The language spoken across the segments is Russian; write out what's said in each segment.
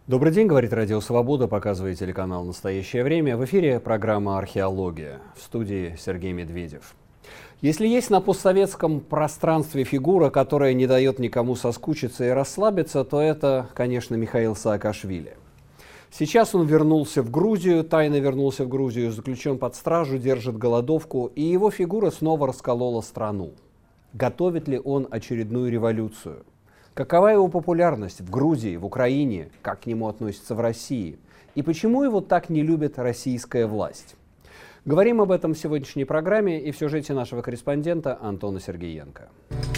Добрый день, говорит Радио Свобода, показывает телеканал «Настоящее время». В эфире программа «Археология». В студии Сергей Медведев. Если есть на постсоветском пространстве фигура, которая не дает никому соскучиться и расслабиться, то это, конечно, Михаил Саакашвили. Сейчас он вернулся в Грузию, тайно вернулся в Грузию, заключен под стражу, держит голодовку, и его фигура снова расколола страну. Готовит ли он очередную революцию? Какова его популярность в Грузии, в Украине, как к нему относятся в России? И почему его так не любит российская власть? Говорим об этом в сегодняшней программе и в сюжете нашего корреспондента Антона Сергеенко.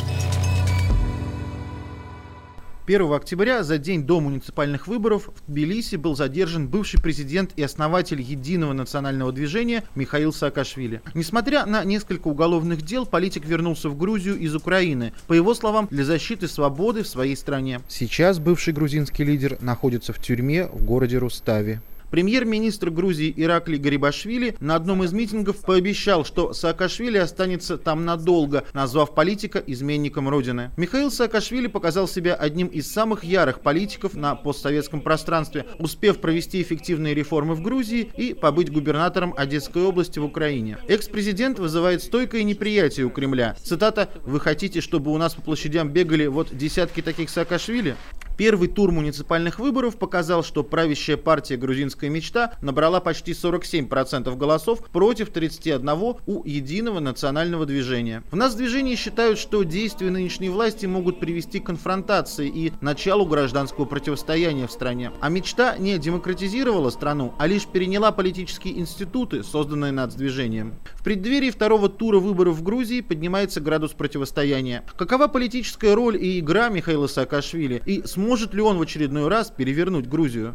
1 октября, за день до муниципальных выборов, в Тбилиси был задержан бывший президент и основатель Единого национального движения Михаил Саакашвили. Несмотря на несколько уголовных дел, политик вернулся в Грузию из Украины, по его словам, для защиты свободы в своей стране. Сейчас бывший грузинский лидер находится в тюрьме в городе Рустави. Премьер-министр Грузии Ираклий Гарибашвили на одном из митингов пообещал, что Саакашвили останется там надолго, назвав политика изменником Родины. Михаил Саакашвили показал себя одним из самых ярых политиков на постсоветском пространстве, успев провести эффективные реформы в Грузии и побыть губернатором Одесской области в Украине. Экс-президент вызывает стойкое неприятие у Кремля. Цитата: «Вы хотите, чтобы у нас по площадям бегали вот десятки таких Саакашвили?» Первый тур муниципальных выборов показал, что правящая партия «Грузинская мечта» набрала почти 47% голосов против 31% у Единого национального движения. В нацдвижении считают, что действия нынешней власти могут привести к конфронтации и началу гражданского противостояния в стране. А «Мечта» не демократизировала страну, а лишь переняла политические институты, созданные нацдвижением. В преддверии второго тура выборов в Грузии поднимается градус противостояния. Какова политическая роль и игра Михаила Саакашвили, и сможет ли он в очередной раз перевернуть Грузию?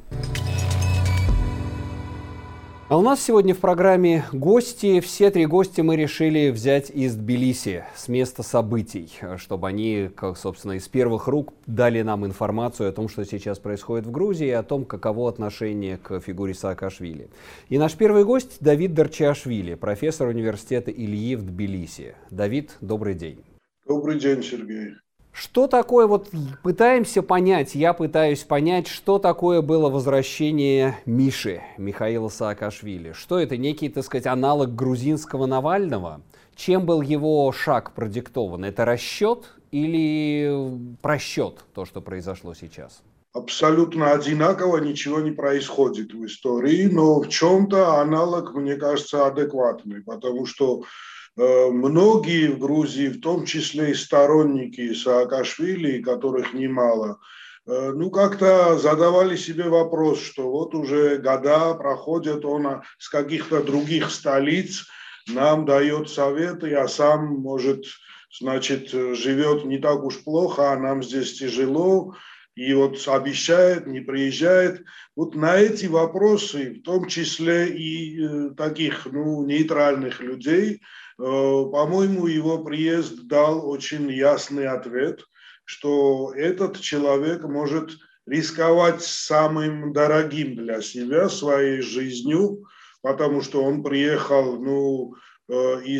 А у нас сегодня в программе гости. Все три гостя мы решили взять из Тбилиси, с места событий, чтобы они, как, собственно, из первых рук дали нам информацию о том, что сейчас происходит в Грузии, и о том, каково отношение к фигуре Саакашвили. И наш первый гость — Давид Дарчиашвили, профессор университета Ильи в Тбилиси. Давид, добрый день. Добрый день, Сергей. Что такое, я пытаюсь понять, что такое было возвращение Миши, Михаила Саакашвили? Что это, некий, так сказать, аналог грузинского Навального? Чем был его шаг продиктован? Это расчет или просчет, то, что произошло сейчас? Абсолютно одинаково ничего не происходит в истории, но в чем-то аналог, мне кажется, адекватный, потому что многие в Грузии, в том числе и сторонники Саакашвили, которых немало, как-то задавали себе вопрос, что вот уже года проходят, он с каких-то других столиц нам дает советы, а сам, может, значит, живет не так уж плохо, а нам здесь тяжело, и вот обещает, не приезжает. Вот на эти вопросы, в том числе и таких нейтральных людей, по-моему, его приезд дал очень ясный ответ, что этот человек может рисковать самым дорогим для себя, своей жизнью, потому что он приехал, и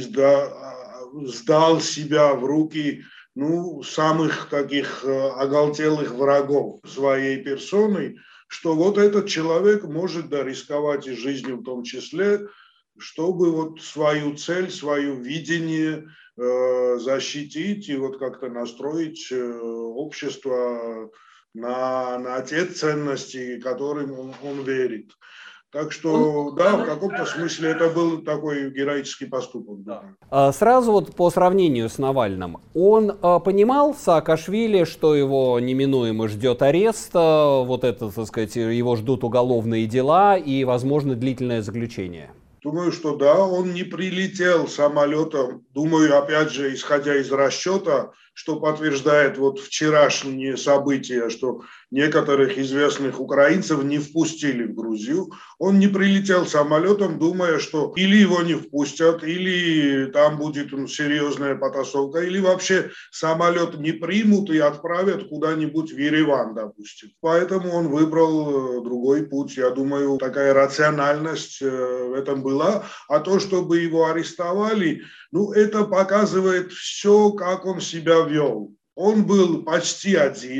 сдал себя в руки самых таких оголтелых врагов своей персоной, что вот этот человек может рисковать и жизнью в том числе, чтобы вот свою цель, свое видение защитить и вот как-то настроить общество на те ценности, которым он верит. Так что, да, в каком-то смысле это был такой героический поступок. Да. Сразу вот по сравнению с Навальным, он понимал, Саакашвили, что его неминуемо ждет арест, вот это, так сказать, его ждут уголовные дела и, возможно, длительное заключение? Думаю, что да, он не прилетел самолетом, думаю, опять же, исходя из расчета, что подтверждает вот вчерашние события, что некоторых известных украинцев не впустили в Грузию. Он не прилетел самолетом, думая, что или его не впустят, или там будет серьезная потасовка, или вообще самолет не примут и отправят куда-нибудь в Ереван, допустим. Поэтому он выбрал другой путь. Я думаю, такая рациональность в этом была. А то, чтобы его арестовали, это показывает все, как он себя вел. Он был почти один,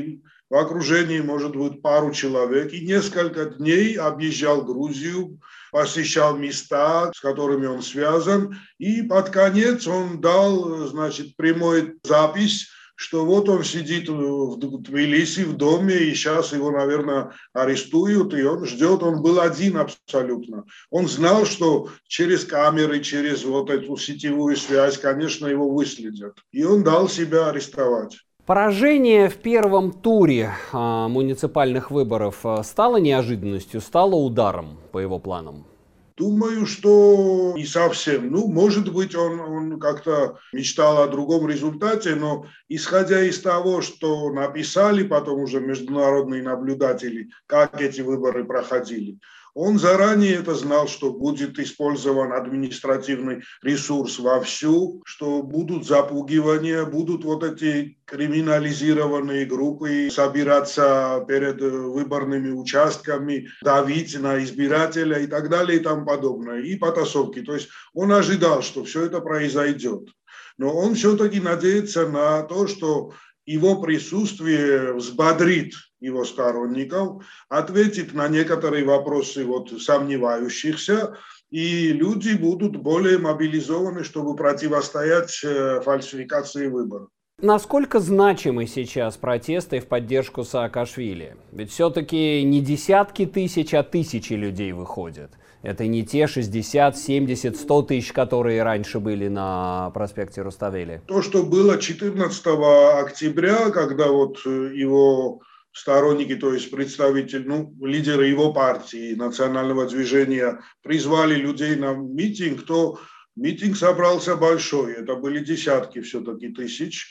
в окружении, может быть, пару человек, и несколько дней объезжал Грузию, посещал места, с которыми он связан, и под конец он дал, значит, прямой запись, что вот он сидит в Тбилиси в доме, и сейчас его, наверное, арестуют, и он ждет, он был один абсолютно. Он знал, что через камеры, через вот эту сетевую связь, конечно, его выследят. И он дал себя арестовать. Поражение в первом туре муниципальных выборов стало неожиданностью, стало ударом по его планам? Думаю, что не совсем. Ну, может быть, он как-то мечтал о другом результате, но исходя из того, что написали потом уже международные наблюдатели, как эти выборы проходили, он заранее это знал, что будет использован административный ресурс вовсю, что будут запугивания, будут вот эти криминализированные группы собираться перед выборными участками, давить на избирателя и так далее и тому подобное, и потасовки. То есть он ожидал, что все это произойдет. Но он все-таки надеется на то, что его присутствие взбодрит его сторонников, ответит на некоторые вопросы вот сомневающихся, и люди будут более мобилизованы, чтобы противостоять фальсификации выборов. Насколько значимы сейчас протесты в поддержку Саакашвили? Ведь все-таки не десятки тысяч, а тысячи людей выходят. Это не те 60, 70, 100 тысяч, которые раньше были на проспекте Руставели. То, что было 14 октября, когда вот его сторонники, то есть представители, лидеры его партии, национального движения, призвали людей на митинг, то митинг собрался большой. Это были десятки все-таки тысяч.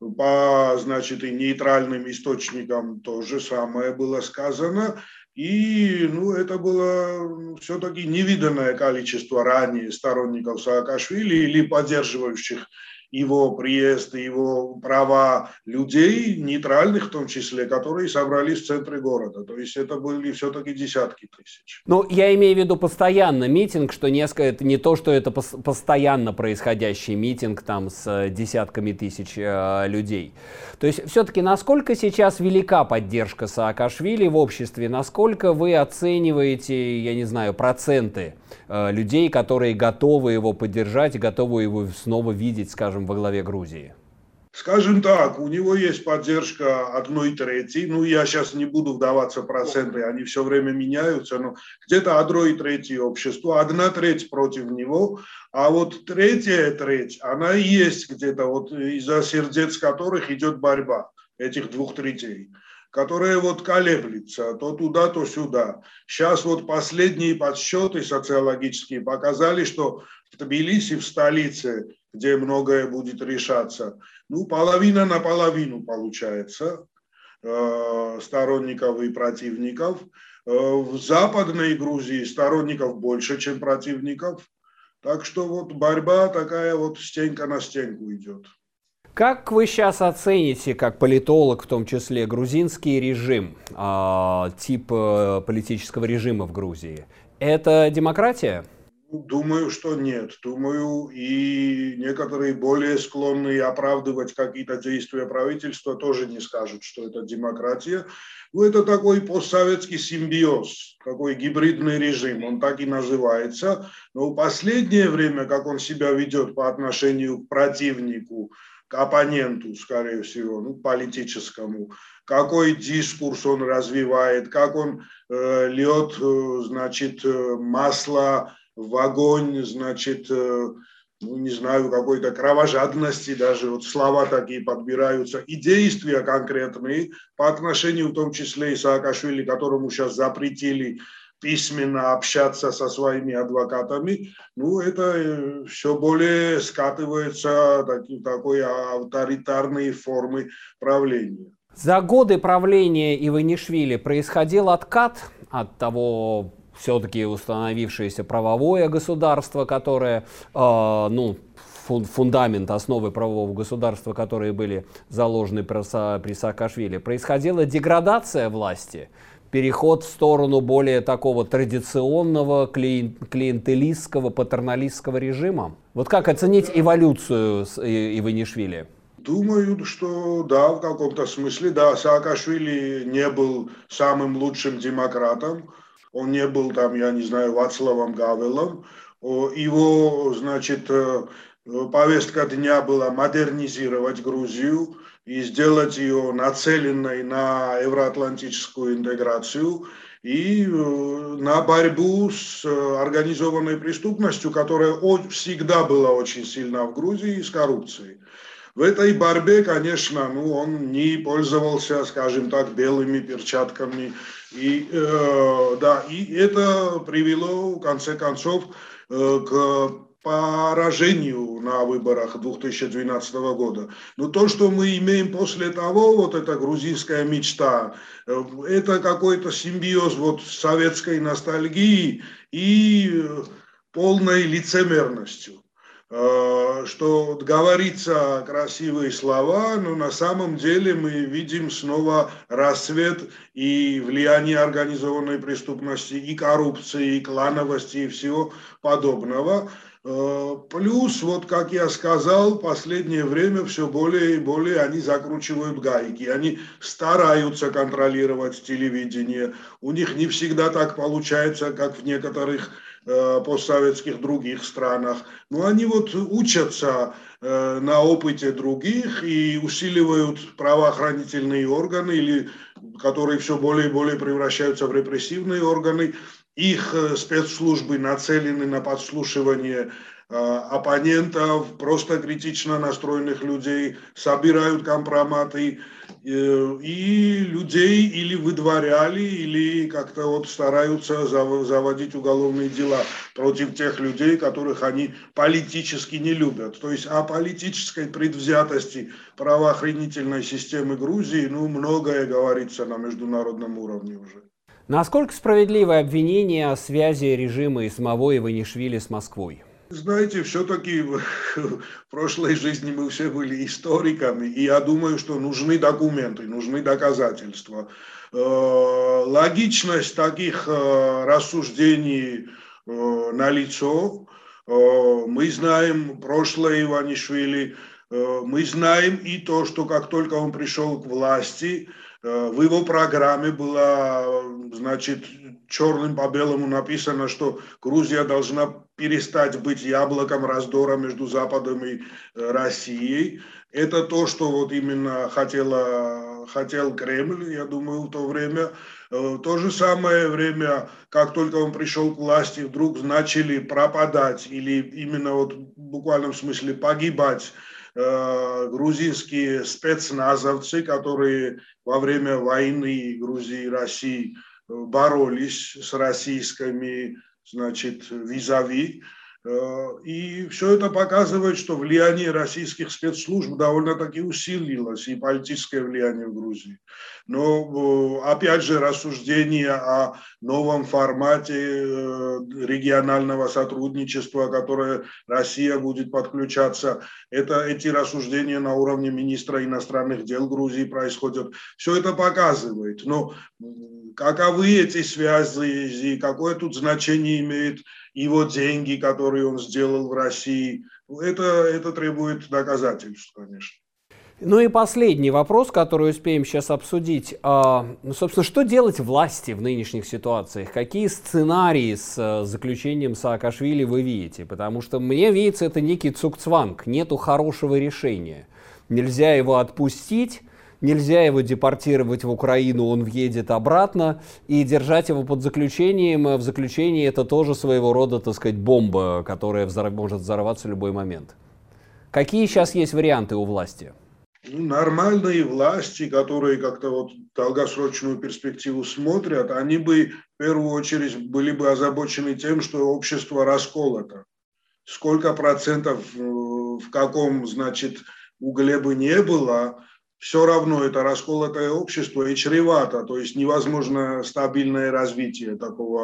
По, значит, и нейтральным источникам то же самое было сказано. И это было все-таки невиданное количество ранее сторонников Саакашвили или поддерживающих его приезд и его права людей, нейтральных в том числе, которые собрались в центре города. То есть это были все-таки десятки тысяч. Ну, я имею в виду постоянно митинг, что это не то, что это постоянно происходящий митинг там с десятками тысяч людей. То есть все-таки насколько сейчас велика поддержка Саакашвили в обществе, насколько вы оцениваете, я не знаю, проценты людей, которые готовы его поддержать и готовы его снова видеть, скажем, во главе Грузии? Скажем так, у него есть поддержка 1/3. Я сейчас не буду вдаваться в проценты, они все время меняются, но где-то 1/3 общества, 1/3 против него, а вот 1/3, она и есть где-то, вот из-за сердец которых идет борьба этих 2/3, которая вот колеблется то туда, то сюда. Сейчас вот последние подсчеты социологические показали, что в Тбилиси, в столице, где многое будет решаться, половина на половину получается сторонников и противников. В Западной Грузии сторонников больше, чем противников. Так что вот борьба такая вот стенка на стенку идет. Как вы сейчас оцените, как политолог, в том числе, грузинский режим, тип политического режима в Грузии? Это демократия? Думаю, что нет. Думаю, и некоторые более склонные оправдывать какие-то действия правительства тоже не скажут, что это демократия. Это такой постсоветский симбиоз, такой гибридный режим, он так и называется. Но в последнее время, как он себя ведет по отношению к противнику, к оппоненту, скорее всего, политическому, какой дискурс он развивает, как он льет, значит, масло в огонь, значит, не знаю, какой-то кровожадности, даже вот слова такие подбираются, и действия конкретные по отношению в том числе и Саакашвили, которому сейчас запретили письменно общаться со своими адвокатами, это все более скатывается в такой авторитарные формы правления. За годы правления Иванишвили происходил откат от того все-таки установившееся правовое государство, которое, фундамент, основы правового государства, которые были заложены при Саакашвили. Происходила деградация власти, переход в сторону более такого традиционного клиентелистского, патерналистского режима. Вот как оценить эволюцию Иванишвили? Думаю, что да, в каком-то смысле, да, Саакашвили не был самым лучшим демократом, он не был там, я не знаю, Вацлавом Гавелом, его, значит, повестка дня была модернизировать Грузию и сделать ее нацеленной на евроатлантическую интеграцию и на борьбу с организованной преступностью, которая всегда была очень сильна в Грузии, и с коррупцией. В этой борьбе, конечно, он не пользовался, скажем так, белыми перчатками. И, да, и это привело, в конце концов, к поражению на выборах 2012 года. Но то, что мы имеем после того, вот эта грузинская мечта, это какой-то симбиоз вот советской ностальгии и полной лицемерностью. Что говорится красивые слова, но на самом деле мы видим снова расцвет и влияние организованной преступности, и коррупции, и клановости, и всего подобного. Плюс, вот как я сказал, в последнее время все более и более они закручивают гайки, они стараются контролировать телевидение, у них не всегда так получается, как в некоторых постсоветских других странах, но они вот учатся на опыте других и усиливают правоохранительные органы, или, которые все более и более превращаются в репрессивные органы. Их спецслужбы нацелены на подслушивание оппонентов, просто критично настроенных людей, собирают компроматы и людей или выдворяли, или как-то вот стараются заводить уголовные дела против тех людей, которых они политически не любят. То есть о политической предвзятости правоохранительной системы Грузии, многое говорится на международном уровне уже. Насколько справедливо обвинение о связи режима и самого Иванишвили с Москвой? Знаете, все-таки в прошлой жизни мы все были историками, и я думаю, что нужны документы, нужны доказательства. Логичность таких рассуждений налицо. Мы знаем прошлое Иванишвили, мы знаем и то, что как только он пришел к власти, в его программе было, значит, черным по белому написано, что Грузия должна перестать быть яблоком раздора между Западом и Россией. Это то, что вот именно хотел Кремль, я думаю, в то время. В то же самое время, как только он пришел к власти, вдруг начали пропадать или именно вот в буквальном смысле погибать грузинские спецназовцы, которые во время войны Грузии и России боролись с российскими, значит, визави. И все это показывает, что влияние российских спецслужб довольно-таки усилилось, и политическое влияние в Грузии. Но, опять же, рассуждения о новом формате регионального сотрудничества, которое Россия будет подключаться, эти рассуждения на уровне министра иностранных дел Грузии происходят. Все это показывает. Но каковы эти связи и какое тут значение имеет его деньги, которые он сделал в России, это требует доказательств, конечно. Ну и последний вопрос, который успеем сейчас обсудить. Собственно, что делать власти в нынешних ситуациях? Какие сценарии с заключением Саакашвили вы видите? Потому что мне видится, это некий цугцванг, нету хорошего решения. Нельзя его отпустить, нельзя его депортировать в Украину, он въедет обратно, и держать его под заключением. В заключении это тоже своего рода, так сказать, бомба, которая может взорваться в любой момент. Какие сейчас есть варианты у власти? Нормальные власти, которые как-то вот долгосрочную перспективу смотрят, они бы в первую очередь были бы озабочены тем, что общество расколото. Сколько процентов в каком, значит, угле бы не было, все равно это расколотое общество и чревато, то есть невозможно стабильное развитие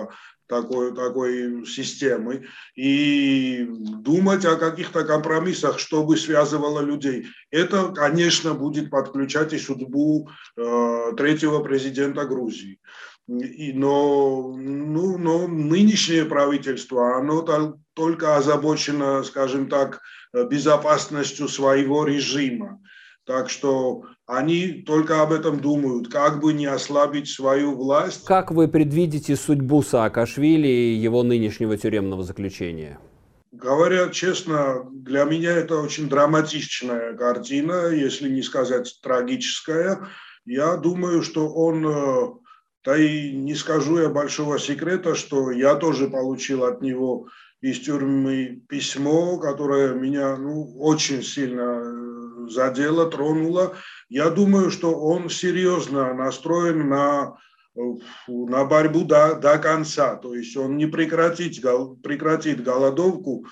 такой системы. И думать о каких-то компромиссах, чтобы связывало людей, это, конечно, будет подключать и судьбу третьего президента Грузии. Но нынешнее правительство, оно только озабочено, скажем так, безопасностью своего режима. Так что они только об этом думают, как бы не ослабить свою власть. Как вы предвидите судьбу Саакашвили и его нынешнего тюремного заключения? Говоря честно, для меня это очень драматичная картина, если не сказать трагическая. Я думаю, что он, да и не скажу я большого секрета, что я тоже получил от него из тюрьмы письмо, которое меня очень сильно задело, тронуло. Я думаю, что он серьезно настроен на борьбу до конца. То есть он не прекратит голодовку,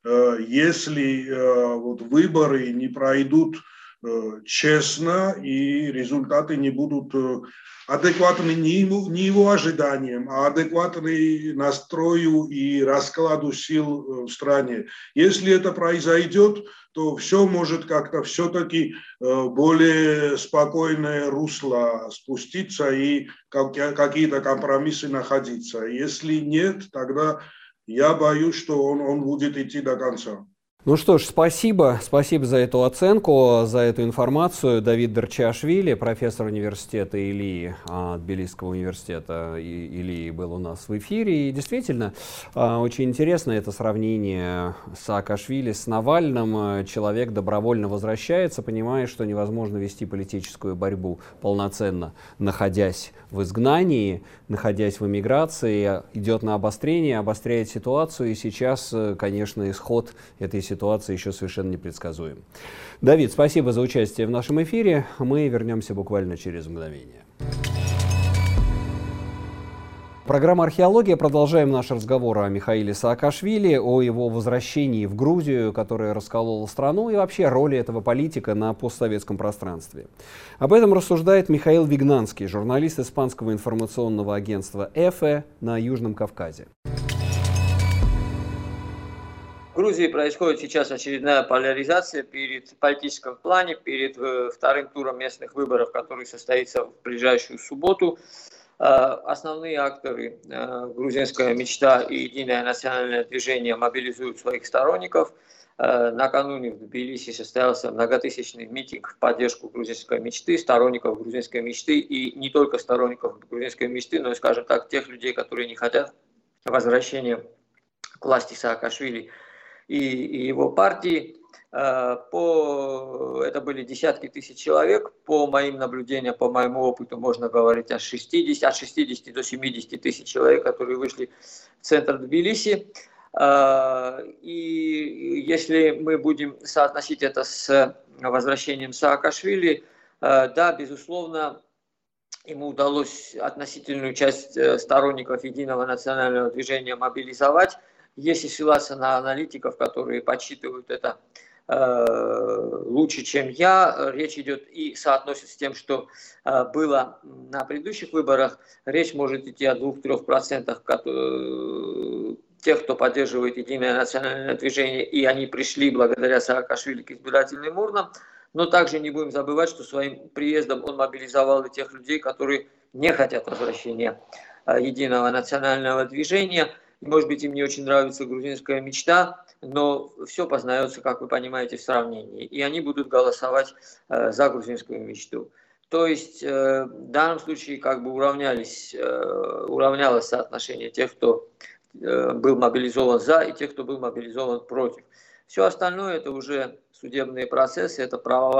если выборы не пройдут честно и результаты не будут адекватны не его ожиданиям, а адекватны настрою и раскладу сил в стране. Если это произойдет, то все может как-то все-таки более спокойное русло спуститься и какие-то компромиссы находиться. Если нет, тогда я боюсь, что он будет идти до конца. Ну что ж, спасибо за эту оценку, за эту информацию. Давид Дарчиашвили, профессор университета Илии, Тбилисского университета Илии, был у нас в эфире. И действительно, очень интересно это сравнение Саакашвили с Навальным. Человек добровольно возвращается, понимая, что невозможно вести политическую борьбу полноценно, находясь в изгнании, находясь в эмиграции, идет на обострение, обостряет ситуацию. И сейчас, конечно, исход этой ситуация еще совершенно непредсказуем. Давид, спасибо за участие в нашем эфире. Мы вернемся буквально через мгновение. Программа «Археология». Продолжаем наш разговор о Михаиле Саакашвили, о его возвращении в Грузию, которая расколола страну, и вообще роли этого политика на постсоветском пространстве. Об этом рассуждает Михаил Вигнанский, журналист испанского информационного агентства «Эфе» на Южном Кавказе. В Грузии происходит сейчас очередная поляризация в политическом плане перед вторым туром местных выборов, который состоится в ближайшую субботу. Основные акторы «Грузинская мечта» и «Единое национальное движение» мобилизуют своих сторонников. Накануне в Тбилиси состоялся многотысячный митинг в поддержку грузинской мечты, сторонников грузинской мечты, и не только сторонников грузинской мечты, но и, скажем так, тех людей, которые не хотят возвращения к власти Саакашвили и его партии. Это были десятки тысяч человек. По моим наблюдениям, по моему опыту, можно говорить от 60 до 70 тысяч человек, которые вышли в центр Тбилиси. И если мы будем соотносить это с возвращением Саакашвили, да, безусловно, ему удалось относительную часть сторонников Единого национального движения мобилизовать. Если ссылаться на аналитиков, которые подсчитывают это лучше, чем я, речь идет и соотносится с тем, что было на предыдущих выборах, речь может идти о 2-3% тех, кто поддерживает Единое национальное движение, и они пришли благодаря Саакашвили к избирательным урнам. Но также не будем забывать, что своим приездом он мобилизовал и тех людей, которые не хотят возвращения Единого национального движения. Может быть, им не очень нравится грузинская мечта, но все познается, как вы понимаете, в сравнении. И они будут голосовать за грузинскую мечту. То есть в данном случае как бы уравнялось соотношение тех, кто был мобилизован за, и тех, кто был мобилизован против. Все остальное это уже судебные процессы, это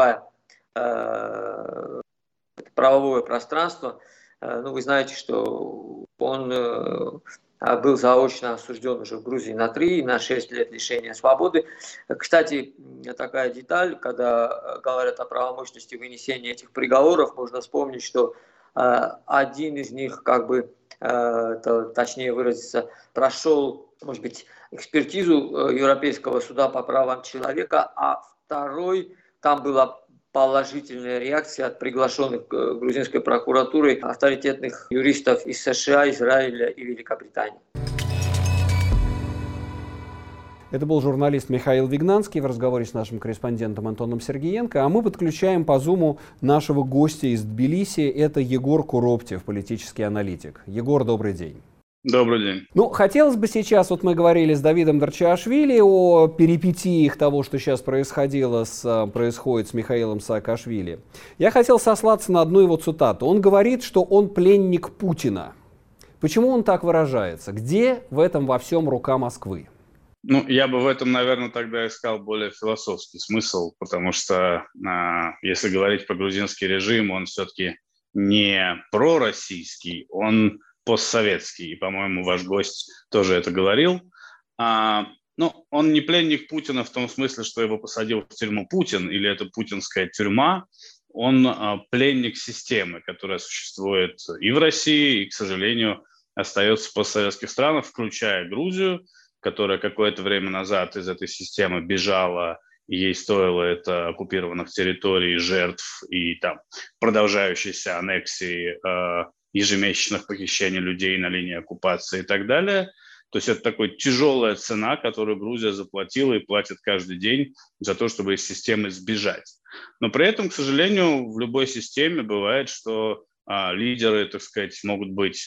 правовое пространство. Ну, вы знаете, что он был заочно осужден уже в Грузии на 3 и на 6 лет лишения свободы. Кстати, такая деталь, когда говорят о правомощности вынесения этих приговоров, можно вспомнить, что один из них, точнее выразиться, прошел, может быть, экспертизу Европейского суда по правам человека, а второй, там была положительная реакция от приглашенных грузинской прокуратурой авторитетных юристов из США, Израиля и Великобритании. Это был журналист Михаил Вигнанский в разговоре с нашим корреспондентом Антоном Сергеенко. А мы подключаем по Зуму нашего гостя из Тбилиси. Это Егор Куроптев, политический аналитик. Егор, добрый день. Добрый день. Ну, хотелось бы сейчас, вот мы говорили с Давидом Дарчиашвили о перипетиях того, что сейчас происходит с Михаилом Саакашвили. Я хотел сослаться на одну его цитату. Он говорит, что он пленник Путина. Почему он так выражается? Где в этом во всем рука Москвы? Ну, я бы в этом, наверное, тогда искал более философский смысл, потому что, если говорить про грузинский режим, он все-таки не пророссийский, он постсоветский. И, по-моему, ваш гость тоже это говорил. Ну, он не пленник Путина в том смысле, что его посадил в тюрьму Путин, или это путинская тюрьма. Он пленник системы, которая существует и в России, и, к сожалению, остается в постсоветских странах, включая Грузию, которая какое-то время назад из этой системы бежала, и ей стоило это оккупированных территорий, жертв и там продолжающейся аннексии, ежемесячных похищений людей на линии оккупации и так далее. То есть это такая тяжелая цена, которую Грузия заплатила и платит каждый день за то, чтобы из системы сбежать. Но при этом, к сожалению, в любой системе бывает, что лидеры, так сказать, могут быть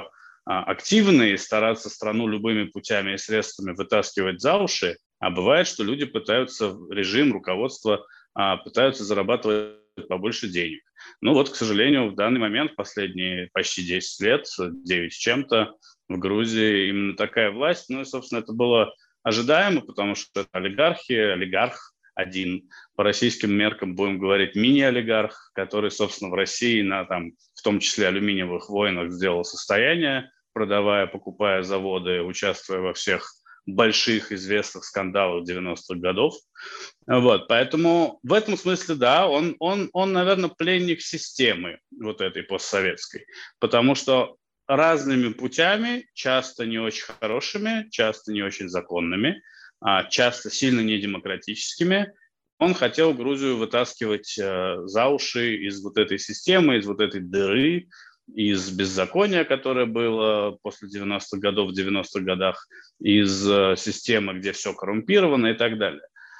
проактивные, стараться страну любыми путями и средствами вытаскивать за уши, а бывает, что люди пытаются, режим, руководство пытаются зарабатывать побольше денег. Ну вот, к сожалению, в данный момент, последние почти 10 лет, 9 с чем-то, в Грузии именно такая власть. Ну и, собственно, это было ожидаемо, потому что это олигарх один, по российским меркам будем говорить мини-олигарх, который, собственно, в России в том числе алюминиевых войнах сделал состояние, продавая, покупая заводы, участвуя во всех больших известных скандалах 90-х годов. Вот, поэтому в этом смысле, да, он, наверное, пленник системы вот этой постсоветской, потому что разными путями, часто не очень хорошими, часто не очень законными, часто сильно недемократическими, он хотел Грузию вытаскивать за уши из вот этой системы, из вот этой дыры, из беззакония, которое было после 90-х годов, в 90-х годах, из системы, где все коррумпировано и так далее.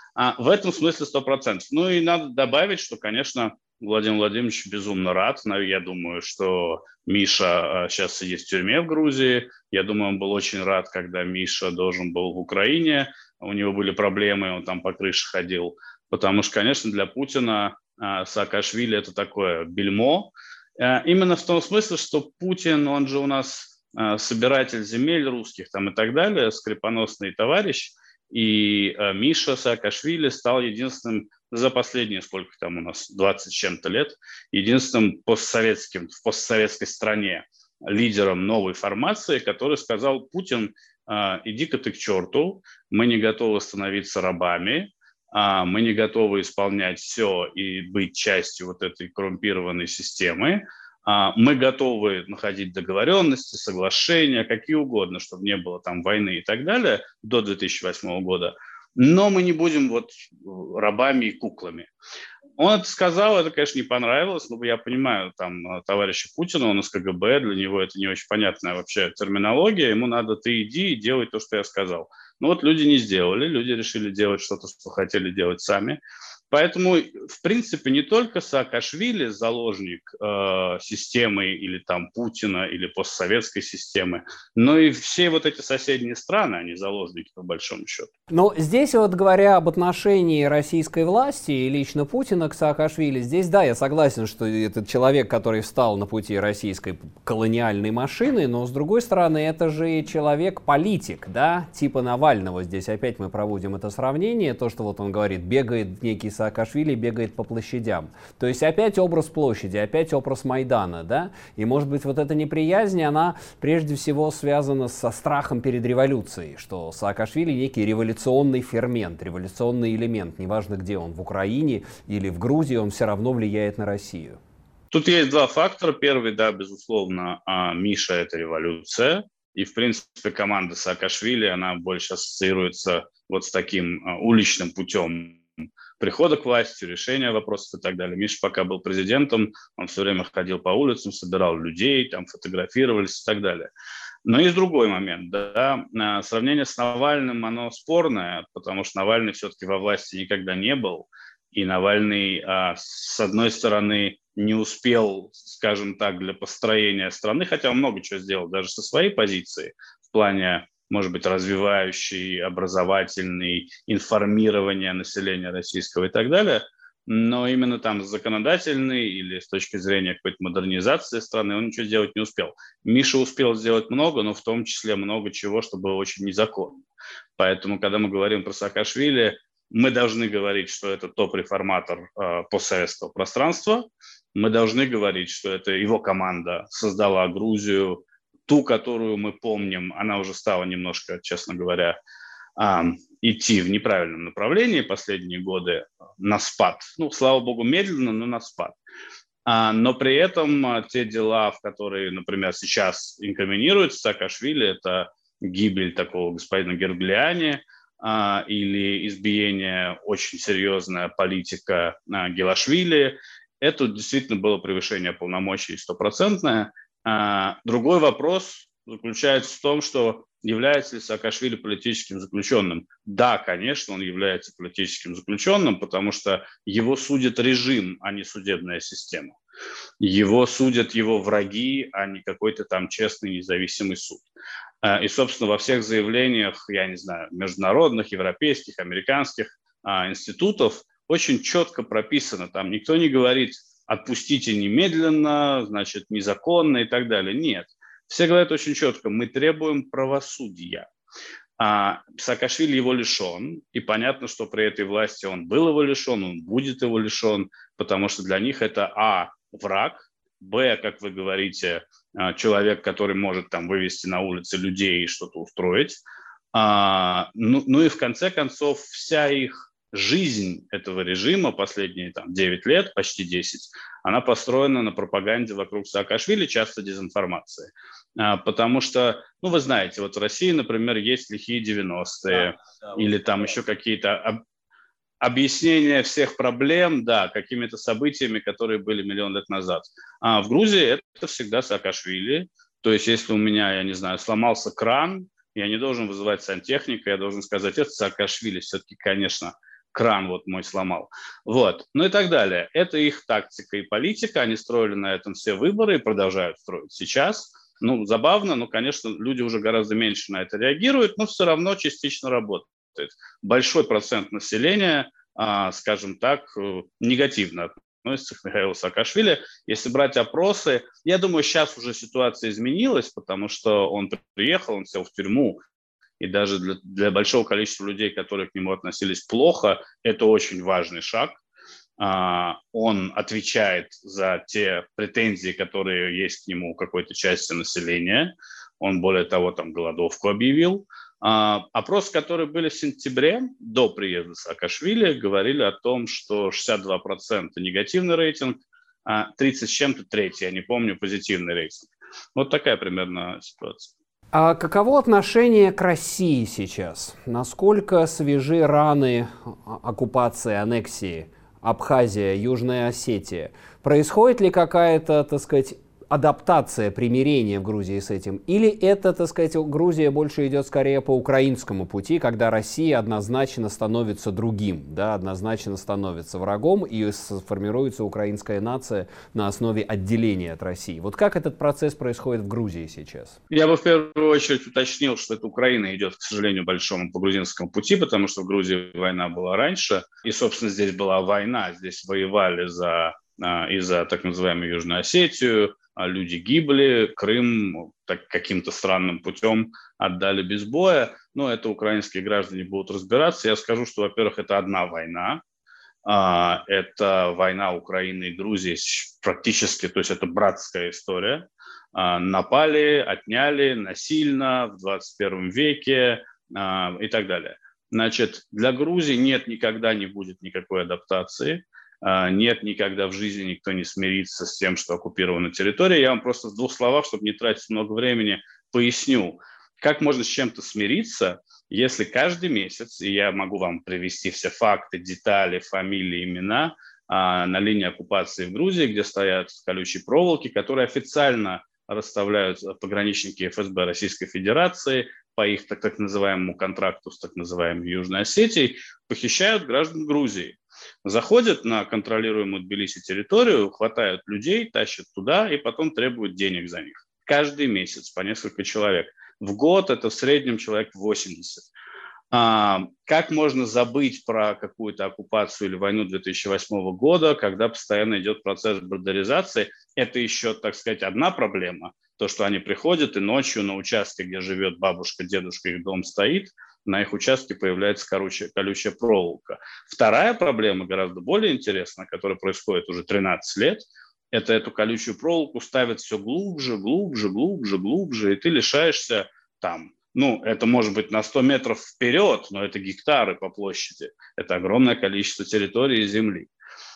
В этом смысле 100%. Ну и надо добавить, что, конечно, Владимир Владимирович безумно рад. Я думаю, что Миша сейчас сидит в тюрьме в Грузии. Я думаю, он был очень рад, когда Миша должен был в Украине. У него были проблемы, он там по крыше ходил. Потому что, конечно, для Путина Саакашвили – это такое бельмо. Именно в том смысле, что Путин, он же у нас собиратель земель русских там и так далее, скрипоносный товарищ. И Миша Саакашвили стал единственным за последние, сколько там у нас, 20 с чем-то лет, единственным постсоветским, в постсоветской стране лидером новой формации, который сказал: Путин, иди-ка ты к черту, мы не готовы становиться рабами, мы не готовы исполнять все и быть частью вот этой коррумпированной системы. Мы готовы находить договоренности, соглашения, какие угодно, чтобы не было там войны и так далее до 2008 года. Но мы не будем вот рабами и куклами. Он это сказал, это, конечно, не понравилось, но я понимаю там товарища Путина, он из КГБ, для него это не очень понятная вообще терминология, ему надо ты иди и делай то, что я сказал. Но вот люди не сделали, люди решили делать что-то, что хотели делать сами. Поэтому, в принципе, не только Саакашвили заложник системы или там Путина, или постсоветской системы, но и все вот эти соседние страны, они заложники по большому счету. Но здесь вот говоря об отношении российской власти и лично Путина к Саакашвили, здесь да, я согласен, что это человек, который встал на пути российской колониальной машины, но с другой стороны, это же человек-политик, да, типа Навального. Здесь опять мы проводим это сравнение, то, что вот он говорит, бегает некий Саакашвили, бегает по площадям. То есть опять образ площади, опять образ Майдана, да, и может быть вот эта неприязнь, она прежде всего связана со страхом перед революцией, что Саакашвили некий революционный фермент, революционный элемент, неважно где он, в Украине или в Грузии, он все равно влияет на Россию. Тут есть два фактора. Первый, да, безусловно, Миша – это революция. И, в принципе, команда Саакашвили, она больше ассоциируется вот с таким уличным путем прихода к власти, решения вопросов и так далее. Миша пока был президентом, он все время ходил по улицам, собирал людей, там фотографировались и так далее. Но есть другой момент. Да? Сравнение с Навальным, оно спорное, потому что Навальный все-таки во власти никогда не был. И Навальный, с одной стороны, не успел, скажем так, для построения страны, хотя он много чего сделал даже со своей позиции в плане, может быть, развивающей, образовательной, информирования населения российского и так далее. Но именно там с законодательной или с точки зрения какой-то модернизации страны он ничего сделать не успел. Миша успел сделать много, но в том числе много чего, что было очень незаконно. Поэтому, когда мы говорим про Саакашвили, мы должны говорить, что это топ-реформатор постсоветского пространства. Мы должны говорить, что это его команда создала Грузию, ту, которую мы помним, она уже стала немножко, честно говоря, идти в неправильном направлении последние годы на спад. Ну, слава богу, медленно, но на спад. Но при этом те дела, в которые, например, сейчас инкриминируется Саакашвили, это гибель такого господина Герглиани или избиение очень серьезная политика Гелашвили, это действительно было превышение полномочий стопроцентное. Другой вопрос заключается в том, что является ли Саакашвили политическим заключенным. Да, конечно, он является политическим заключенным, потому что его судит режим, а не судебная система. Его судят его враги, а не какой-то там честный независимый суд. И, собственно, во всех заявлениях, я не знаю, международных, европейских, американских институтов очень четко прописано. Там никто не говорит «отпустите немедленно», значит, незаконно и так далее. Нет. Все говорят очень четко, мы требуем правосудия. Саакашвили его лишен, и понятно, что при этой власти он был его лишен, он будет его лишен, потому что для них это враг, б, как вы говорите, человек, который может там вывести на улицы людей и что-то устроить. Ну и в конце концов вся их жизнь этого режима последние 9 лет, почти 10, она построена на пропаганде вокруг Саакашвили, часто дезинформации. Потому что, вы знаете, вот в России, например, есть лихие 90-е, или там еще какие-то объяснения всех проблем, какими-то событиями, которые были миллион лет назад. А в Грузии это всегда Саакашвили. То есть если у меня, я не знаю, сломался кран, я не должен вызывать сантехника, я должен сказать, это Саакашвили, все-таки, конечно, кран вот мой сломал. Ну и так далее. Это их тактика и политика. Они строили на этом все выборы и продолжают строить сейчас. Забавно, конечно, люди уже гораздо меньше на это реагируют, но все равно частично работает. Большой процент населения, скажем так, негативно относится к Михаилу Саакашвили. Если брать опросы, я думаю, сейчас уже ситуация изменилась, потому что он приехал, он сел в тюрьму, и даже для большого количества людей, которые к нему относились плохо, это очень важный шаг. Он отвечает за те претензии, которые есть к нему у какой-то части населения. Он, более того, голодовку объявил. Опросы, которые были в сентябре, до приезда Саакашвили, говорили о том, что 62% негативный рейтинг, 30 с чем-то третий, я не помню, позитивный рейтинг. Вот такая примерно ситуация. А каково отношение к России сейчас? Насколько свежи раны оккупации, аннексии Абхазия, Южная Осетия? Происходит ли какая-то, так сказать, адаптация, примирение в Грузии с этим? Или это, так сказать, Грузия больше идет скорее по украинскому пути, когда Россия однозначно становится другим, однозначно становится врагом, и формируется украинская нация на основе отделения от России? Вот как этот процесс происходит в Грузии сейчас? Я бы в первую очередь уточнил, что это Украина идет, к сожалению, большому по грузинскому пути, потому что в Грузии война была раньше, и, собственно, здесь была война, здесь воевали и за так называемую Южную Осетию, люди гибли, Крым каким-то странным путем отдали без боя. Но это украинские граждане будут разбираться. Я скажу, что, во-первых, это одна война. Это война Украины и Грузии практически, то есть это братская история. Напали, отняли насильно в 21 веке и так далее. Значит, для Грузии никогда не будет никакой адаптации. Нет, никогда в жизни никто не смирится с тем, что оккупирована территория. Я вам просто в 2 словах, чтобы не тратить много времени, поясню, как можно с чем-то смириться, если каждый месяц, и я могу вам привести все факты, детали, фамилии, имена, на линии оккупации в Грузии, где стоят колючие проволоки, которые официально расставляют пограничники ФСБ Российской Федерации по их так называемому контракту с так называемой Южной Осетией, похищают граждан Грузии. Заходят на контролируемую Тбилиси территорию, хватают людей, тащат туда и потом требуют денег за них. Каждый месяц по несколько человек. В год это в среднем человек 80. Как можно забыть про какую-то оккупацию или войну 2008 года, когда постоянно идет процесс бордеризации? Это еще, так сказать, одна проблема. То, что они приходят и ночью на участке, где живет бабушка, дедушка, их дом стоит, на их участке появляется колючая проволока. Вторая проблема, гораздо более интересная, которая происходит уже 13 лет, это эту колючую проволоку ставят все глубже, глубже, глубже, глубже, и ты лишаешься там, это может быть на 100 метров вперед, но это гектары по площади, это огромное количество территории и земли.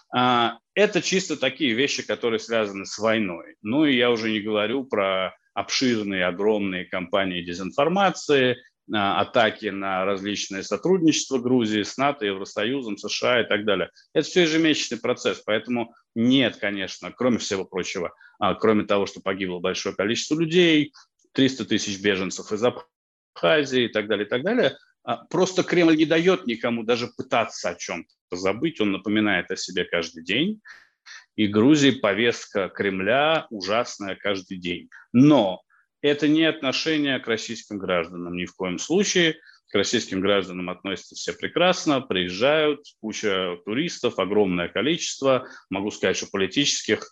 Это чисто такие вещи, которые связаны с войной. И я уже не говорю про обширные, огромные кампании дезинформации, атаки на различные сотрудничества Грузии с НАТО, Евросоюзом, США и так далее. Это все ежемесячный процесс, поэтому нет, конечно, кроме всего прочего, кроме того, что погибло большое количество людей, 300 тысяч беженцев из Абхазии и так далее, просто Кремль не дает никому даже пытаться о чем-то забыть, он напоминает о себе каждый день, и Грузии повестка Кремля ужасная каждый день. Но это не отношение к российским гражданам ни в коем случае. К российским гражданам относятся все прекрасно, приезжают, куча туристов, огромное количество. Могу сказать, что политических,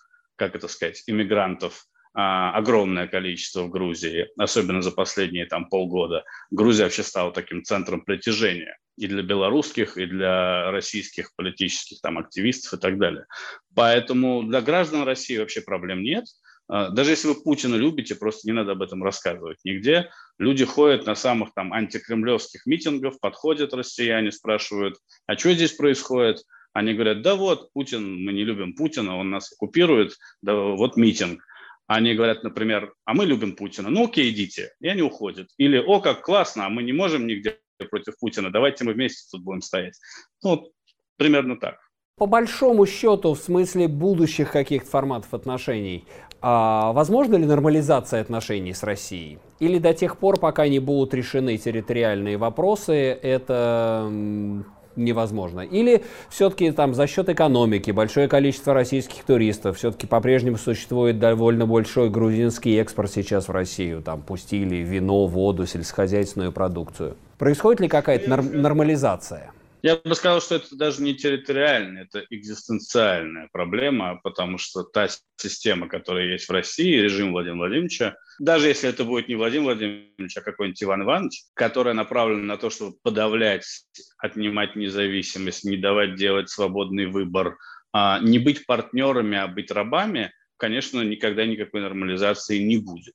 иммигрантов огромное количество в Грузии, особенно за последние полгода. Грузия вообще стала таким центром притяжения и для белорусских, и для российских политических активистов и так далее. Поэтому для граждан России вообще проблем нет. Даже если вы Путина любите, просто не надо об этом рассказывать нигде. Люди ходят на самых антикремлевских митингах, подходят россияне, спрашивают, а что здесь происходит? Они говорят, да вот, Путин, мы не любим Путина, он нас оккупирует, да вот митинг. Они говорят, например, а мы любим Путина, окей, идите, и они уходят. Или, о, как классно, а мы не можем нигде против Путина, давайте мы вместе тут будем стоять. Примерно так. По большому счету, в смысле будущих каких-то форматов отношений, возможна ли нормализация отношений с Россией? Или до тех пор, пока не будут решены территориальные вопросы, это невозможно? Или все-таки за счет экономики, большое количество российских туристов, все-таки по-прежнему существует довольно большой грузинский экспорт сейчас в Россию, пустили вино, воду, сельскохозяйственную продукцию. Происходит ли какая-то нормализация? Я бы сказал, что это даже не территориальная, это экзистенциальная проблема, потому что та система, которая есть в России, режим Владимира Владимировича, даже если это будет не Владимир Владимирович, а какой-нибудь Иван Иванович, которая направлена на то, чтобы подавлять, отнимать независимость, не давать делать свободный выбор, не быть партнерами, а быть рабами, конечно, никогда никакой нормализации не будет.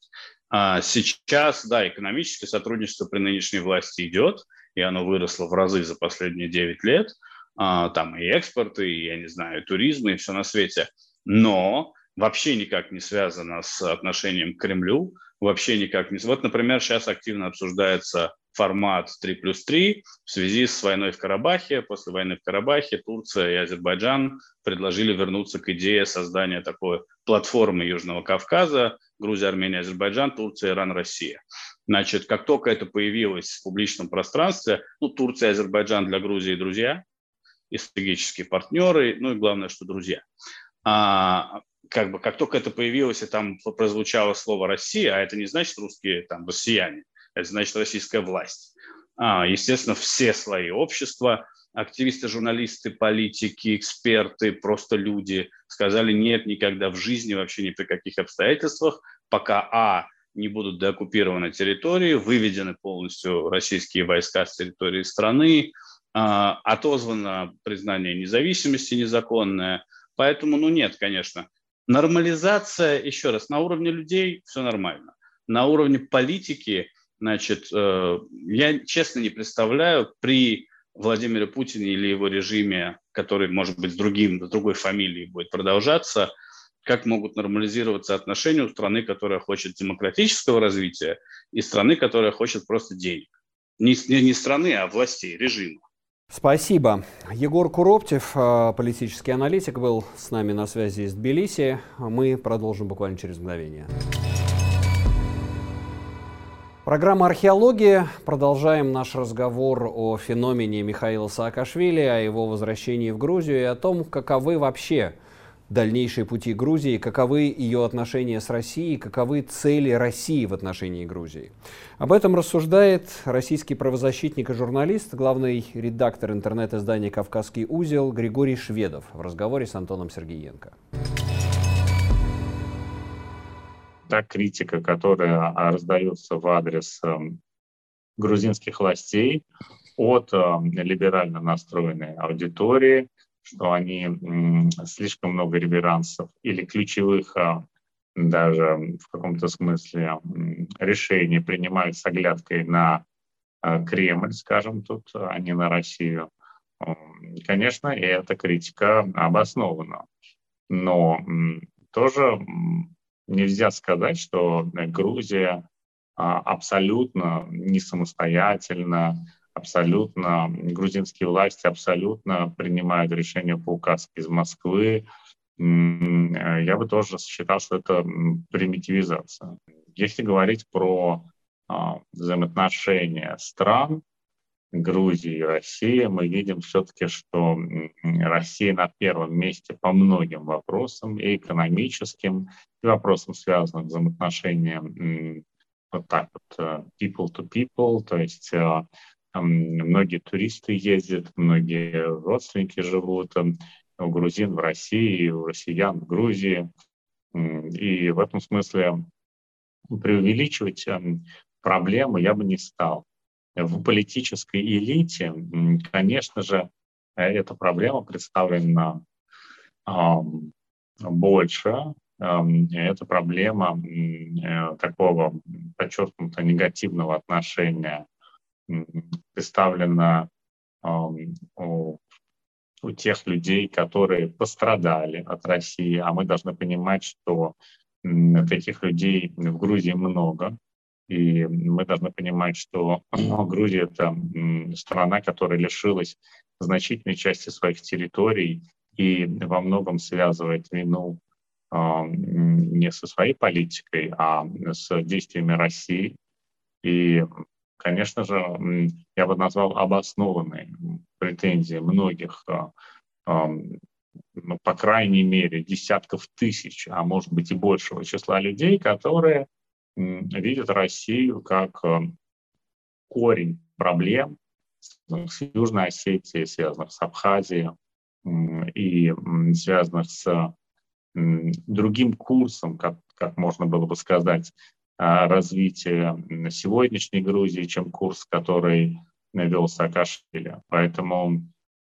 Сейчас, экономическое сотрудничество при нынешней власти идет, и оно выросло в разы за последние 9 лет. И экспорт, и, и туризм, и все на свете. Но вообще никак не связано с отношением к Кремлю, вообще никак не... Вот, например, сейчас активно обсуждается формат 3+3 в связи с войной в Карабахе. После войны в Карабахе Турция и Азербайджан предложили вернуться к идее создания такой платформы Южного Кавказа: Грузия, Армения, Азербайджан, Турция, Иран, Россия. Значит, как только это появилось в публичном пространстве, Турция и Азербайджан для Грузии друзья, и стратегические партнеры, и главное, что друзья. Как только это появилось, и там прозвучало слово «Россия», а это не значит русские россияне, это значит российская власть. Естественно, все слои общества, активисты, журналисты, политики, эксперты, просто люди сказали: нет, никогда в жизни, вообще ни при каких обстоятельствах, пока не будут деоккупированы территории, выведены полностью российские войска с территории страны, отозвано признание независимости незаконное. Поэтому, нет, конечно. Нормализация, еще раз, на уровне людей все нормально. На уровне политики, я честно не представляю при Владимире Путине или его режиме, который, может быть, с другой фамилией будет продолжаться, как могут нормализироваться отношения у страны, которая хочет демократического развития, и страны, которая хочет просто денег. Не страны, а властей, режима. Спасибо. Егор Куроптев, политический аналитик, был с нами на связи из Тбилиси. Мы продолжим буквально через мгновение. Программа «Археология». Продолжаем наш разговор о феномене Михаила Саакашвили, о его возвращении в Грузию и о том, каковы вообще дальнейшие пути Грузии, каковы ее отношения с Россией, каковы цели России в отношении Грузии. Об этом рассуждает российский правозащитник и журналист, главный редактор интернет-издания «Кавказский узел» Григорий Шведов в разговоре с Антоном Сергеенко. Та критика, которая раздается в адрес грузинских властей от либерально настроенной аудитории, что они слишком много реверансов или ключевых даже в каком-то смысле решений принимают с оглядкой на Кремль, скажем тут, а не на Россию. Конечно, и эта критика обоснована. Но тоже нельзя сказать, что Грузия абсолютно не самостоятельна, абсолютно грузинские власти абсолютно принимают решения по указке из Москвы. Я бы тоже считал, что это примитивизация. Если говорить про взаимоотношения стран Грузии и России, мы видим все-таки, что Россия на первом месте по многим вопросам, и экономическим, и вопросам, связанным с взаимоотношением вот так вот people to people, то есть многие туристы ездят, многие родственники живут у грузин в России, у россиян в Грузии. И в этом смысле преувеличивать проблему я бы не стал. В политической элите, конечно же, эта проблема представлена больше. Это проблема такого подчеркнуто негативного отношения представлена у тех людей, которые пострадали от России. А мы должны понимать, что таких людей в Грузии много. И мы должны понимать, что Грузия — это страна, которая лишилась значительной части своих территорий и во многом связывает вину не со своей политикой, а с действиями России. И, конечно же, я бы назвал обоснованной претензии многих, по крайней мере, десятков тысяч, а может быть и большего числа людей, которые видят Россию как корень проблем, связанных с Южной Осетией, связанных с Абхазией и связанных с другим курсом, как можно было бы сказать, развития сегодняшней Грузии, чем курс, который вел Саакашвили. Поэтому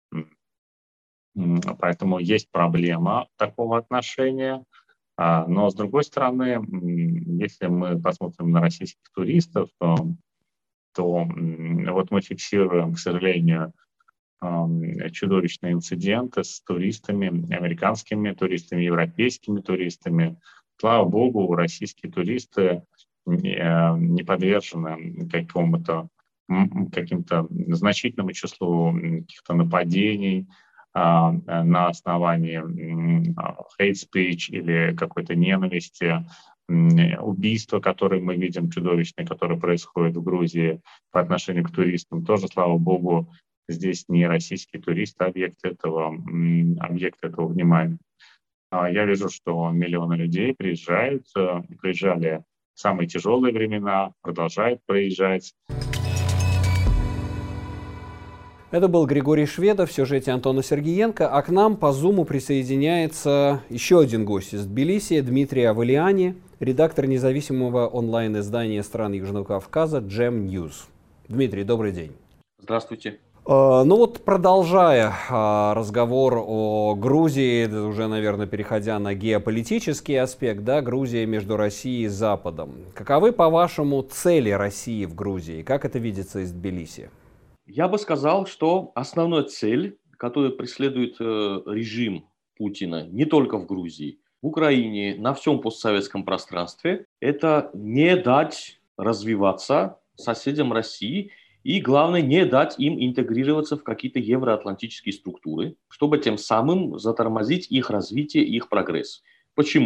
есть проблема такого отношения. Но, с другой стороны, если мы посмотрим на российских туристов, то вот мы фиксируем, к сожалению, чудовищные инциденты с туристами, американскими туристами, европейскими туристами. Слава богу, российские туристы не подвержены каким-то значительному числу каких-то нападений на основании hate speech или какой-то ненависти, убийства, которые мы видим, чудовищные, которые происходят в Грузии по отношению к туристам. Тоже, слава богу, здесь не российские туристы объект этого внимания. Я вижу, что миллионы людей приезжали в самые тяжелые времена, продолжают приезжать. Это был Григорий Шведов в сюжете Антона Сергеенко, а к нам по Зуму присоединяется еще один гость из Тбилиси, Дмитрий Авалиани, редактор независимого онлайн-издания стран Южного Кавказа Gem News. Дмитрий, добрый день. Здравствуйте. Ну вот, продолжая разговор о Грузии, уже, наверное, переходя на геополитический аспект, да, Грузия между Россией и Западом. Каковы, по-вашему, цели России в Грузии? Как это видится из Тбилиси? Я бы сказал, что основная цель, которую преследует режим Путина не только в Грузии, в Украине, на всем постсоветском пространстве, это не дать развиваться соседям России и, главное, не дать им интегрироваться в какие-то евроатлантические структуры, чтобы тем самым затормозить их развитие и их прогресс. Почему?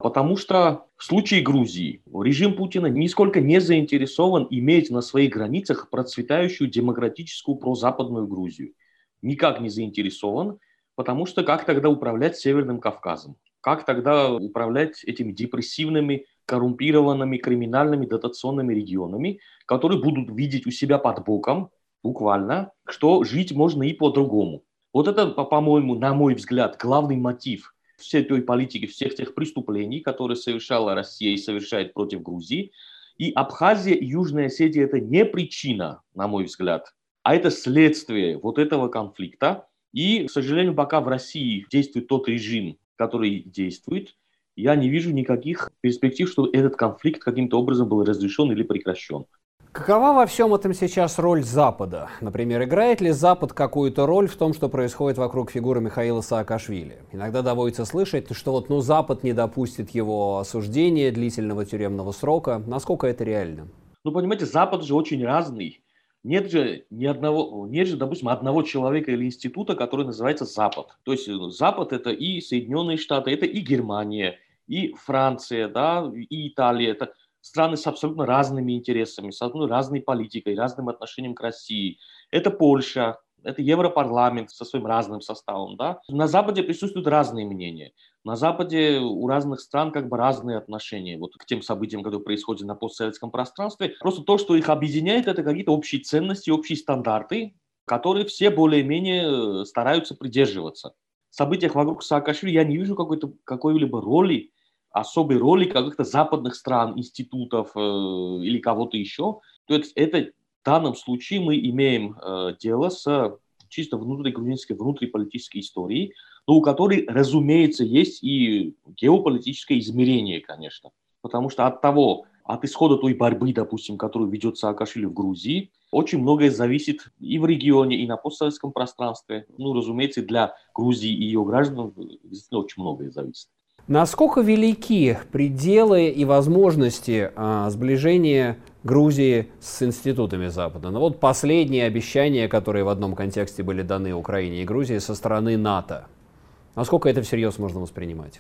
Потому что в случае Грузии режим Путина нисколько не заинтересован иметь на своих границах процветающую демократическую прозападную Грузию. Никак не заинтересован, потому что как тогда управлять Северным Кавказом? Как тогда управлять этими депрессивными, коррумпированными, криминальными дотационными регионами, которые будут видеть у себя под боком, буквально, что жить можно и по-другому. Вот это, по-моему, на мой взгляд, главный мотив всей той политики, всех тех преступлений, которые совершала Россия и совершает против Грузии. И Абхазия и Южная Осетия – это не причина, на мой взгляд, а это следствие вот этого конфликта. И, к сожалению, пока в России действует тот режим, который действует, я не вижу никаких перспектив, что этот конфликт каким-то образом был разрешен или прекращен. Какова во всем этом сейчас роль Запада? Например, играет ли Запад какую-то роль в том, что происходит вокруг фигуры Михаила Саакашвили? Иногда доводится слышать, что Запад не допустит его осуждения, длительного тюремного срока. Насколько это реально? Понимаете, Запад же очень разный. Нет же, допустим, одного человека или института, который называется Запад. То есть Запад – это и Соединенные Штаты, это и Германия, и Франция, да, и Италия. Это страны с абсолютно разными интересами, с абсолютно разной политикой, разным отношением к России. Это Польша, это Европарламент со своим разным составом. Да? На Западе присутствуют разные мнения. На Западе у разных стран разные отношения к тем событиям, которые происходят на постсоветском пространстве. Просто то, что их объединяет, это какие-то общие ценности, общие стандарты, которые все более-менее стараются придерживаться. В событиях вокруг Саакашвили я не вижу какой-либо роли, особой роли каких-то западных стран, институтов или кого-то еще. То есть это в данном случае мы имеем дело с чисто внутриполитической историей, но у которой, разумеется, есть и геополитическое измерение, конечно. Потому что от исхода той борьбы, допустим, которую ведет Саакашвили в Грузии, очень многое зависит и в регионе, и на постсоветском пространстве. Разумеется, для Грузии и ее граждан действительно очень многое зависит. Насколько велики пределы и возможности сближения Грузии с институтами Запада? Последние обещания, которые в одном контексте были даны Украине и Грузии со стороны НАТО. Насколько это всерьез можно воспринимать?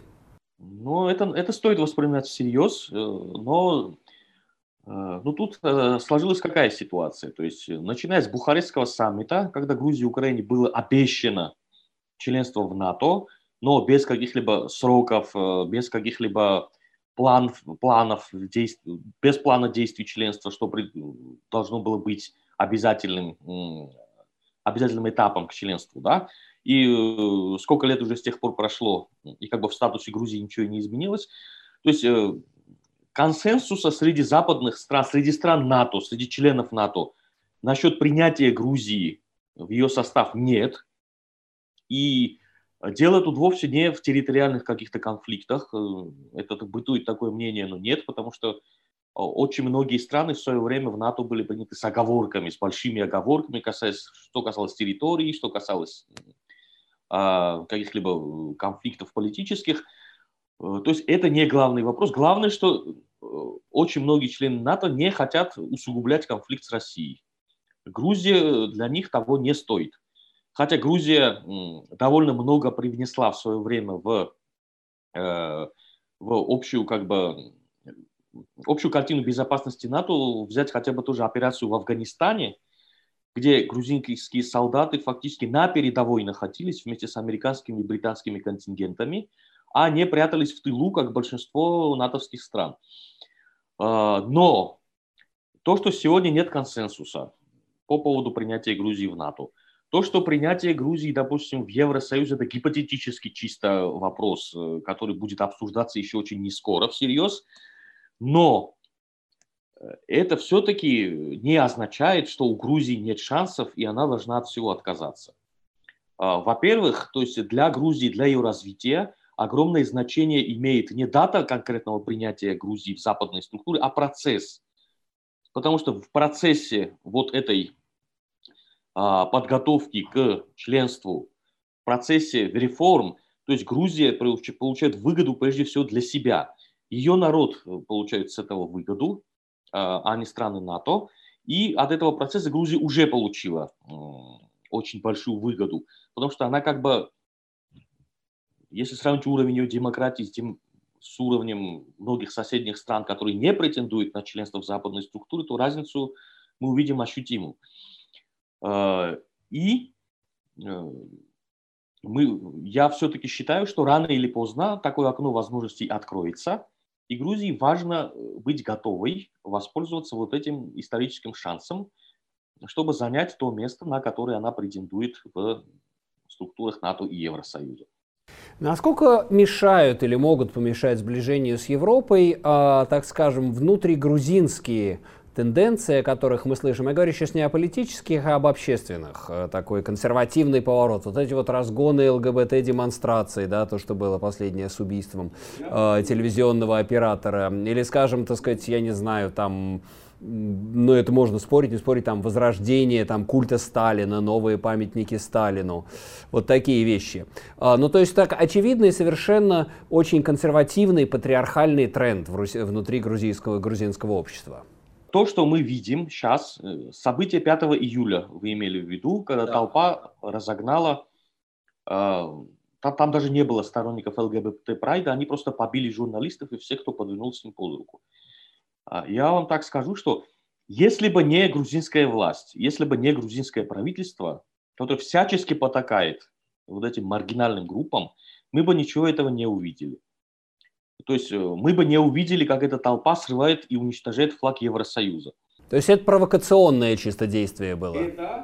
Это стоит воспринимать всерьез, но тут сложилась какая ситуация? То есть, начиная с Бухарестского саммита, когда Грузии и Украине было обещано членство в НАТО, но без каких-либо сроков, без каких-либо планов действий, без плана действий членства, что должно было быть обязательным этапом к членству, да, и сколько лет уже с тех пор прошло, и в статусе Грузии ничего не изменилось. То есть консенсуса среди западных стран, среди стран НАТО, среди членов НАТО насчет принятия Грузии в ее состав нет. И дело тут вовсе не в территориальных каких-то конфликтах. Это бытует такое мнение, но нет, потому что очень многие страны в свое время в НАТО были приняты с оговорками, с большими оговорками, что касалось территории, что касалось каких-либо конфликтов политических. То есть это не главный вопрос. Главное, что очень многие члены НАТО не хотят усугублять конфликт с Россией. Грузия для них того не стоит. Хотя Грузия довольно много привнесла в свое время в общую картину безопасности НАТО, взять хотя бы тоже операцию в Афганистане, где грузинские солдаты фактически на передовой находились вместе с американскими и британскими контингентами, а не прятались в тылу, как большинство натовских стран. Но то, что сегодня нет консенсуса по поводу принятия Грузии в НАТО, то, что принятие Грузии, допустим, в Евросоюз, это гипотетически чисто вопрос, который будет обсуждаться еще очень не скоро всерьез, но это все-таки не означает, что у Грузии нет шансов, и она должна от всего отказаться. Во-первых, то есть для Грузии, для ее развития огромное значение имеет не дата конкретного принятия Грузии в западной структуре, а процесс. Потому что в процессе этой подготовки к членству, в процессе реформ, то есть Грузия получает выгоду прежде всего для себя. Ее народ получает с этого выгоду, а не страны НАТО. И от этого процесса Грузия уже получила очень большую выгоду, потому что она если сравнить уровень ее демократии с уровнем многих соседних стран, которые не претендуют на членство в западной структуре, то разницу мы увидим ощутимую. И я все-таки считаю, что рано или поздно такое окно возможностей откроется, и Грузии важно быть готовой воспользоваться вот этим историческим шансом, чтобы занять то место, на которое она претендует в структурах НАТО и Евросоюза. Насколько мешают или могут помешать сближению с Европой, так скажем, внутригрузинские тенденции, о которых мы слышим? Я говорю сейчас не о политических, а об общественных. Такой консервативный поворот. Вот эти вот разгоны ЛГБТ-демонстраций, да, то, что было последнее с убийством телевизионного оператора. Или, скажем, так сказать, я не знаю, там... Но это можно спорить, не спорить, там, возрождение там, культа Сталина, новые памятники Сталину, вот такие вещи. Ну, то есть, так, очевидный, совершенно очень консервативный, патриархальный тренд внутри грузинского общества. То, что мы видим сейчас, события 5 июля вы имели в виду, когда толпа разогнала, там даже не было сторонников ЛГБТ-прайда, они просто побили журналистов и всех, кто подвинулся им под руку. Я вам так скажу, что если бы не грузинская власть, если бы не грузинское правительство, которое всячески потакает вот этим маргинальным группам, мы бы ничего этого не увидели. То есть мы бы не увидели, как эта толпа срывает и уничтожает флаг Евросоюза. То есть это провокационное чисто действие было?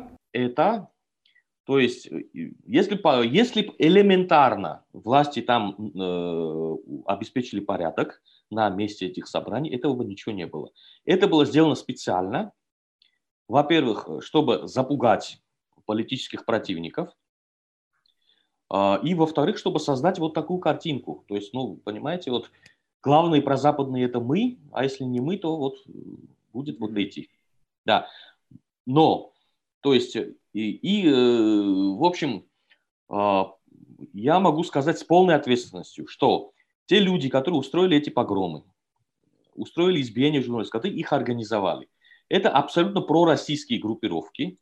То есть если элементарно власти там обеспечили порядок на месте этих собраний, этого бы ничего не было. Это было сделано специально, во-первых, чтобы запугать политических противников, и, во-вторых, чтобы создать вот такую картинку. То есть, ну, понимаете, вот главные прозападные это мы, а если не мы, то вот будет вот эти. Да. Но, то есть, в общем, я могу сказать с полной ответственностью, что те люди, которые устроили эти погромы, устроили избиение журналистов, которые их организовали, это абсолютно пророссийские группировки,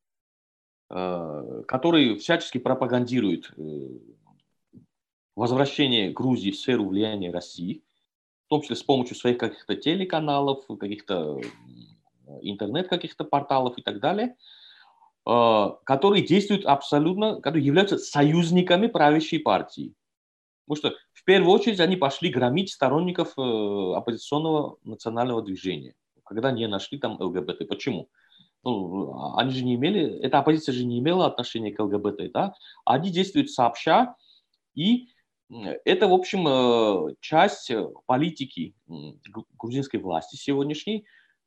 которые всячески пропагандируют возвращение Грузии в сферу влияния России, в том числе с помощью своих каких-то телеканалов, каких-то интернет каких-то порталов и так далее, которые действуют абсолютно, которые являются союзниками правящей партии. Потому что в первую очередь они пошли громить сторонников оппозиционного национального движения, когда не нашли там ЛГБТ. Почему? Ну, они же не имели, эта оппозиция же не имела отношения к ЛГБТ, да? Они действуют сообща, и это, в общем, часть политики грузинской власти сегодняшней,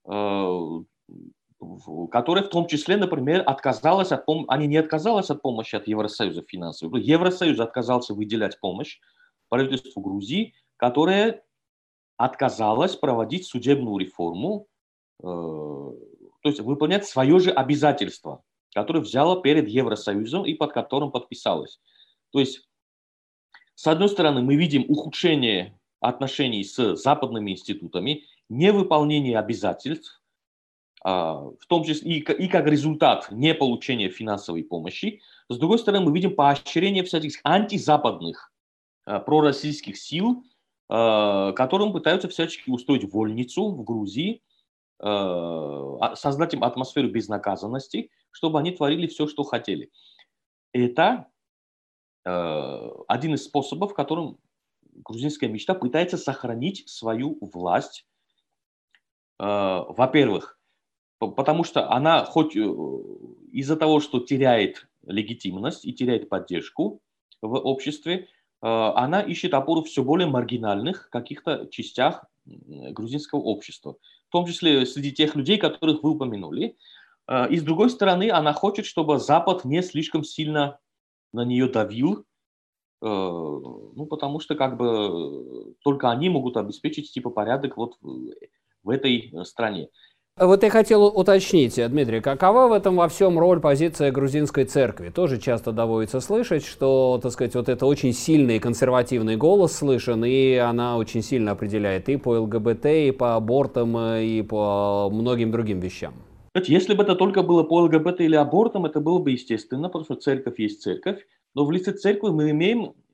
которая в том числе, например, отказалась от помощи, они не отказалась от помощи от Евросоюза финансовой. Евросоюз отказался выделять помощь правительству Грузии, которая отказалась проводить судебную реформу, то есть выполнять свое же обязательство, которое взяла перед Евросоюзом и под которым подписалась. То есть, с одной стороны, мы видим ухудшение отношений с западными институтами, невыполнение обязательств, в том числе и как результат неполучения финансовой помощи. С другой стороны, мы видим поощрение всяких антизападных пророссийских сил, которым пытаются всячески устроить вольницу в Грузии, создать им атмосферу безнаказанности, чтобы они творили все, что хотели. Это один из способов, которым грузинская мечта пытается сохранить свою власть. Во-первых, потому что она хоть из-за того, что теряет легитимность и теряет поддержку в обществе, она ищет опору в все более маргинальных каких-то частях грузинского общества, в том числе среди тех людей, которых вы упомянули. И с другой стороны, она хочет, чтобы Запад не слишком сильно на нее давил, ну, потому что как бы только они могут обеспечить типа порядок вот в этой стране. Вот я хотел уточнить, Дмитрий, какова в этом во всем роль, позиция грузинской церкви? Тоже часто доводится слышать, что, так сказать, вот это очень сильный консервативный голос слышен, и она очень сильно определяет и по ЛГБТ, и по абортам, и по многим другим вещам. Если бы это только было по ЛГБТ или абортам, это было бы естественно, потому что церковь есть церковь, но в лице церкви мы имеем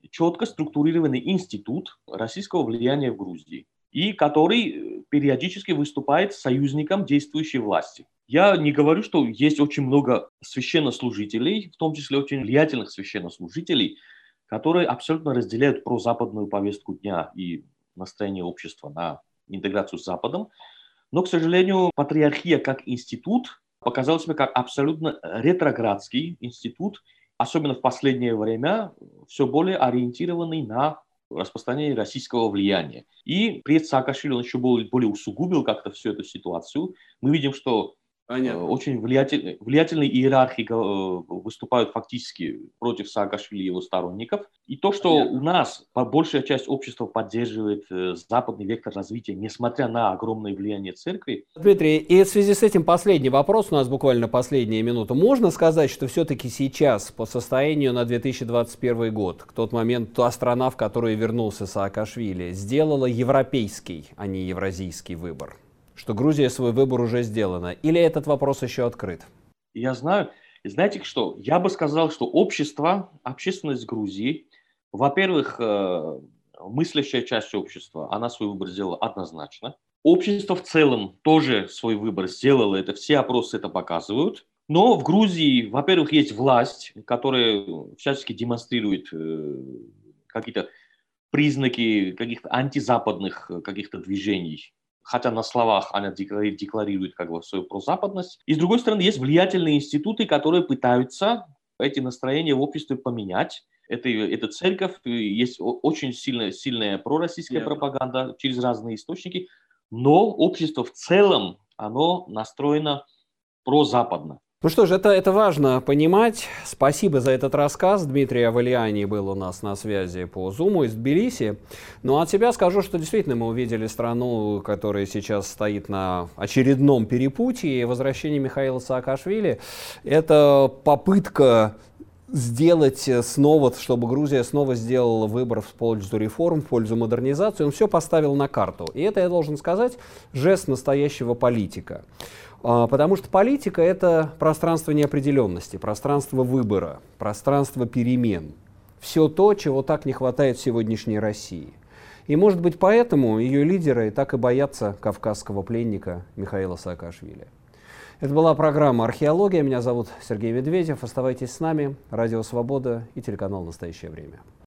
четко структурированный институт российского влияния в Грузии, и который периодически выступает союзником действующей власти. Я не говорю, что есть очень много священнослужителей, в том числе очень влиятельных священнослужителей, которые абсолютно разделяют прозападную повестку дня и настроение общества на интеграцию с Западом. Но, к сожалению, патриархия как институт показала себя как абсолютно ретроградский институт, особенно в последнее время, все более ориентированный на распространение российского влияния. И при Саакашвили он еще более усугубил как-то всю эту ситуацию. Мы видим, что очень влиятельные иерархи выступают фактически против Саакашвили и его сторонников. И то, что у нас большая часть общества поддерживает западный вектор развития, несмотря на огромное влияние церкви. Дмитрий, и в связи с этим последний вопрос, у нас буквально последняя минута. Можно сказать, что все-таки сейчас, по состоянию на 2021 год, к тот момент та страна, в которую вернулся Саакашвили, сделала европейский, а не евразийский выбор? Что Грузия свой выбор уже сделана? Или этот вопрос еще открыт? Я знаю. Знаете что? Я бы сказал, что общественность Грузии, во-первых, мыслящая часть общества, она свой выбор сделала однозначно. Общество в целом тоже свой выбор сделало, это все опросы это показывают. Но в Грузии, во-первых, есть власть, которая всячески демонстрирует какие-то признаки каких-то антизападных каких-то движений. Хотя на словах она декларирует как бы свою прозападность. И с другой стороны, есть влиятельные институты, которые пытаются эти настроения в обществе поменять. Это церковь, есть очень сильная пророссийская пропаганда через разные источники, но общество в целом, оно настроено прозападно. Ну что ж, это важно понимать. Спасибо за этот рассказ. Дмитрий Авалиани был у нас на связи по Zoom из Тбилиси. Ну а от себя скажу, что действительно мы увидели страну, которая сейчас стоит на очередном перепутье. Возвращение Михаила Саакашвили – это попытка сделать снова, чтобы Грузия снова сделала выбор в пользу реформ, в пользу модернизации. Он все поставил на карту. И это, я должен сказать, жест настоящего политика. Потому что политика – это пространство неопределенности, пространство выбора, пространство перемен. Все то, чего так не хватает в сегодняшней России. И, может быть, поэтому ее лидеры так и боятся кавказского пленника Михаила Саакашвили. Это была программа «Археология». Меня зовут Сергей Медведев. Оставайтесь с нами. Радио «Свобода» и телеканал «Настоящее время».